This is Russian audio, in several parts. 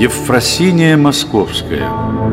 Ефросиния Московская.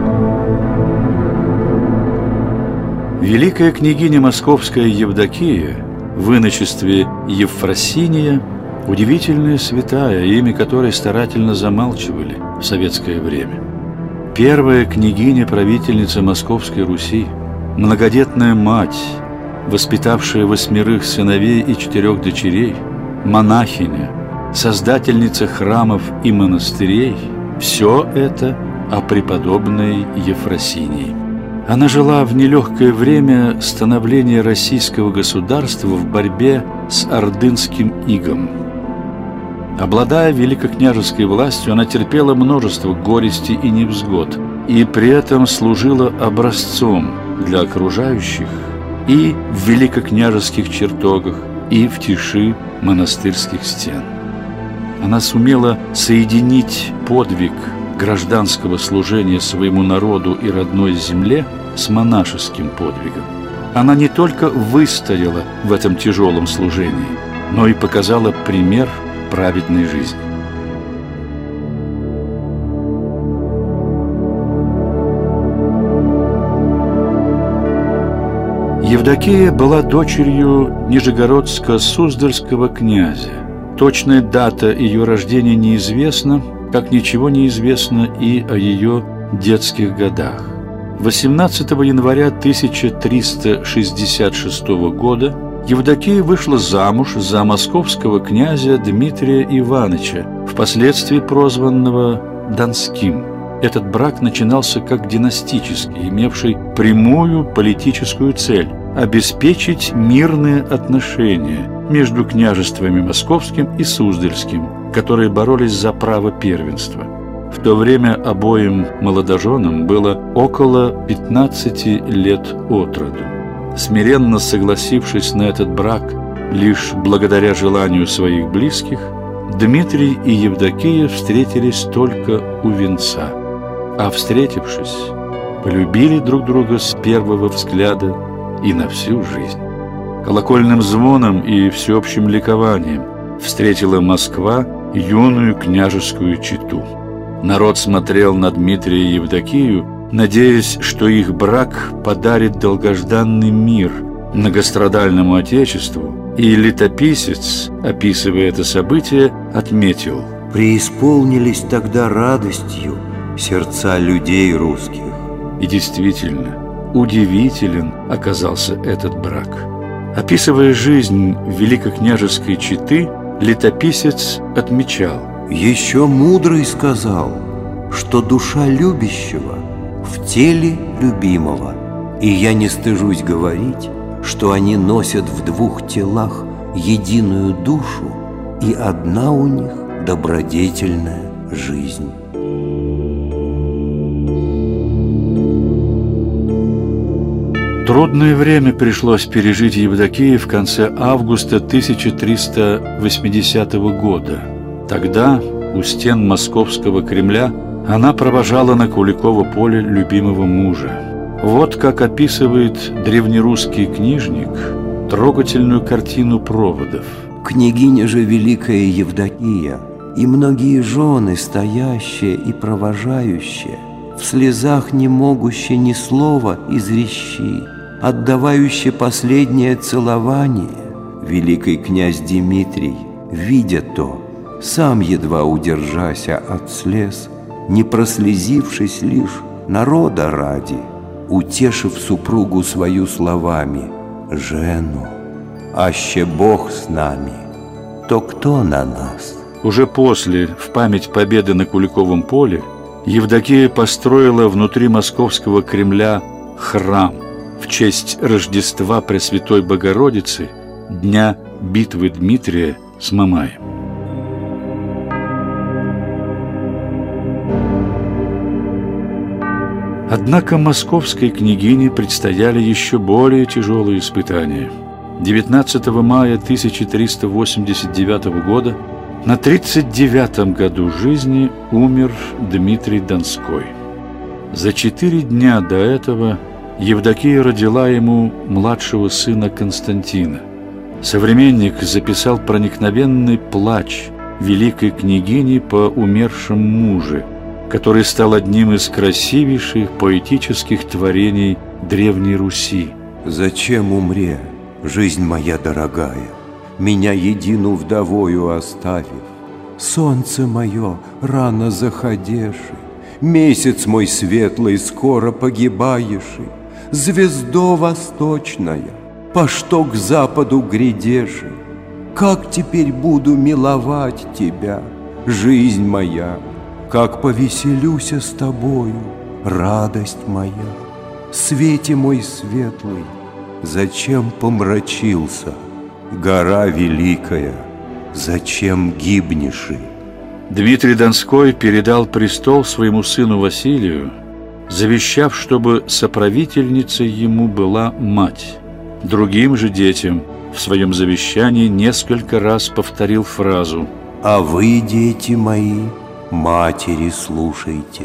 Великая княгиня Московская Евдокия, в иночестве Ефросиния, удивительная святая, имя которой старательно замалчивали в советское время. Первая княгиня-правительница Московской Руси, многодетная мать, воспитавшая 8 сыновей и 4 дочерей, монахиня, создательница храмов и монастырей – все это о преподобной Ефросинии. Она жила в нелегкое время становления российского государства в борьбе с ордынским игом. Обладая великокняжеской властью, она терпела множество горестей и невзгод, и при этом служила образцом для окружающих и в великокняжеских чертогах, и в тиши монастырских стен. Она сумела соединить подвиг гражданского служения своему народу и родной земле с монашеским подвигом. Она не только выстояла в этом тяжелом служении, но и показала пример праведной жизни. Евдокия была дочерью нижегородско-суздальского князя. Точная дата ее рождения неизвестна, как ничего не известно и о ее детских годах. 18 января 1366 года Евдокия вышла замуж за московского князя Дмитрия Ивановича, впоследствии прозванного Донским. Этот брак начинался как династический, имевший прямую политическую цель – обеспечить мирные отношения между княжествами Московским и Суздальским, которые боролись за право первенства. В то время обоим молодоженам было около 15 лет от роду. Смиренно согласившись на этот брак лишь благодаря желанию своих близких, Дмитрий и Евдокия встретились только у венца, а встретившись, полюбили друг друга с первого взгляда и на всю жизнь. Колокольным звоном и всеобщим ликованием встретила Москва юную княжескую чету. Народ смотрел на Дмитрия и Евдокию, надеясь, что их брак подарит долгожданный мир многострадальному отечеству, и летописец, описывая это событие, отметил: «Преисполнились тогда радостью сердца людей русских». И действительно, удивителен оказался этот брак. Описывая жизнь великокняжеской четы, летописец отмечал: «Еще мудрый сказал, что душа любящего в теле любимого, и я не стыжусь говорить, что они носят в 2 телах единую душу, и одна у них добродетельная жизнь». Трудное время пришлось пережить Евдокии в конце августа 1380 года. Тогда у стен Московского Кремля она провожала на Куликово поле любимого мужа. Вот как описывает древнерусский книжник трогательную картину проводов. «Княгиня же великая Евдокия и многие жены, стоящие и провожающие, в слезах не могущие ни слова изрещи, отдавающие последнее целование, великий князь Дмитрий, видя то, сам едва удержася от слез, не прослезившись лишь народа ради, утешив супругу свою словами: «Жену, аще Бог с нами, то кто на нас?» Уже после, в память победы на Куликовом поле, Евдокия построила внутри Московского Кремля храм в честь Рождества Пресвятой Богородицы, дня битвы Дмитрия с Мамаем. Однако московской княгине предстояли еще более тяжелые испытания. 19 мая 1389 года на 39-м году жизни умер Дмитрий Донской. За 4 дня до этого Евдокия родила ему младшего сына Константина. Современник записал проникновенный плач великой княгини по умершем муже, который стал одним из красивейших поэтических творений Древней Руси. Зачем умре, жизнь моя дорогая, меня едину вдовою оставив? Солнце мое рано заходеши, месяц мой светлый скоро погибаеши, звездо восточная, по что к западу грядеши? Как теперь буду миловать тебя, жизнь моя? Как повеселюся с тобою, радость моя? Свете мой светлый, зачем помрачился? Гора великая, зачем гибнешь? Дмитрий Донской передал престол своему сыну Василию, завещав, чтобы соправительницей ему была мать. Другим же детям в своем завещании несколько раз повторил фразу: «А вы, дети мои, матери слушайте».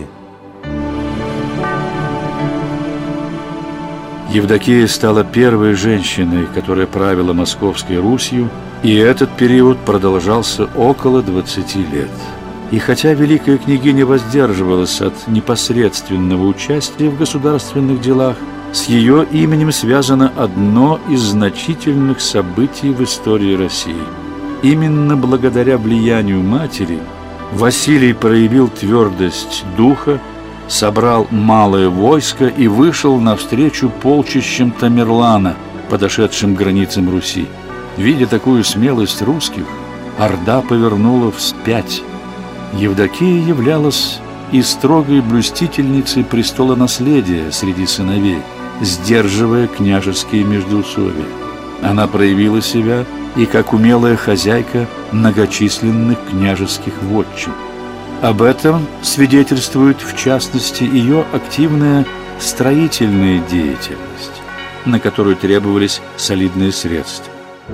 Евдокия стала первой женщиной, которая правила Московской Русью, и этот период продолжался около 20 лет. И хотя великая княгиня воздерживалась от непосредственного участия в государственных делах, с ее именем связано одно из значительных событий в истории России. Именно благодаря влиянию матери Василий проявил твердость духа, собрал малое войско и вышел навстречу полчищам Тамерлана, подошедшим к границам Руси. Видя такую смелость русских, орда повернула вспять. Евдокия являлась и строгой блюстительницей престола наследия среди сыновей, сдерживая княжеские междоусобия. Она проявила себя и как умелая хозяйка многочисленных княжеских вотчин. Об этом свидетельствует, в частности, ее активная строительная деятельность, на которую требовались солидные средства.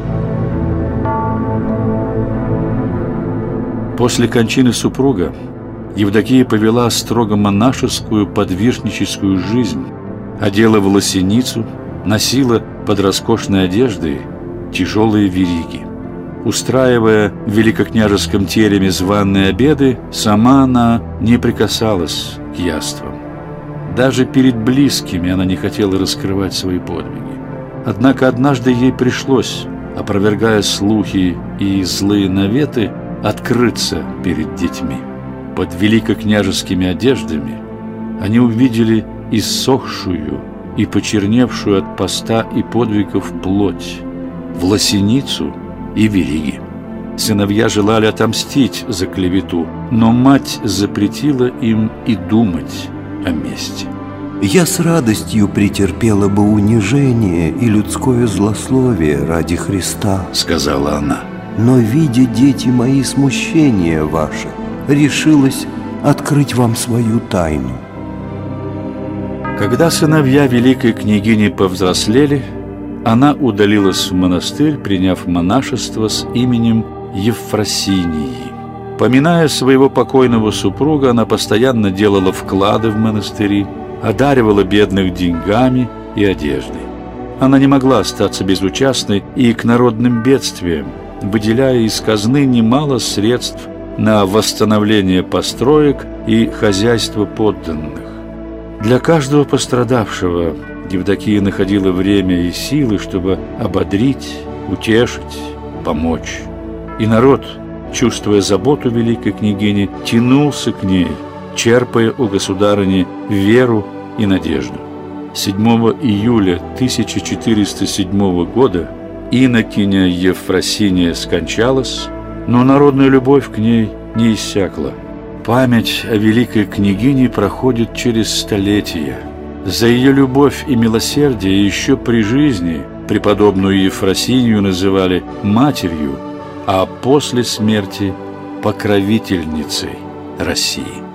После кончины супруга Евдокия повела строго монашескую подвижническую жизнь, одела в лосиницу, носила под роскошной одеждой тяжелые вериги. Устраивая в великокняжеском тереме званые обеды, сама она не прикасалась к яствам. Даже перед близкими она не хотела раскрывать свои подвиги. Однако однажды ей пришлось, опровергая слухи и злые наветы, открыться перед детьми. Под великокняжескими одеждами они увидели иссохшую и почерневшую от поста и подвигов плоть, власеницу и вериги. Сыновья желали отомстить за клевету, но мать запретила им и думать о мести. Я с радостью претерпела бы унижение и людское злословие ради Христа, сказала она. Но, видя, дети мои, смущение ваше, решилась открыть вам свою тайну. Когда сыновья великой княгини повзрослели, она удалилась в монастырь, приняв монашество с именем Евфросинии. Поминая своего покойного супруга, она постоянно делала вклады в монастыри, одаривала бедных деньгами и одеждой. Она не могла остаться безучастной и к народным бедствиям, выделяя из казны немало средств на восстановление построек и хозяйство подданных. Для каждого пострадавшего Евдокия находила время и силы, чтобы ободрить, утешить, помочь. И народ, чувствуя заботу великой княгини, тянулся к ней, черпая у государыни веру и надежду. 7 июля 1407 года инокиня Евфросиния скончалась, но народная любовь к ней не иссякла. Память о великой княгине проходит через столетия. За ее любовь и милосердие еще при жизни преподобную Евфросинию называли матерью, а после смерти покровительницей России.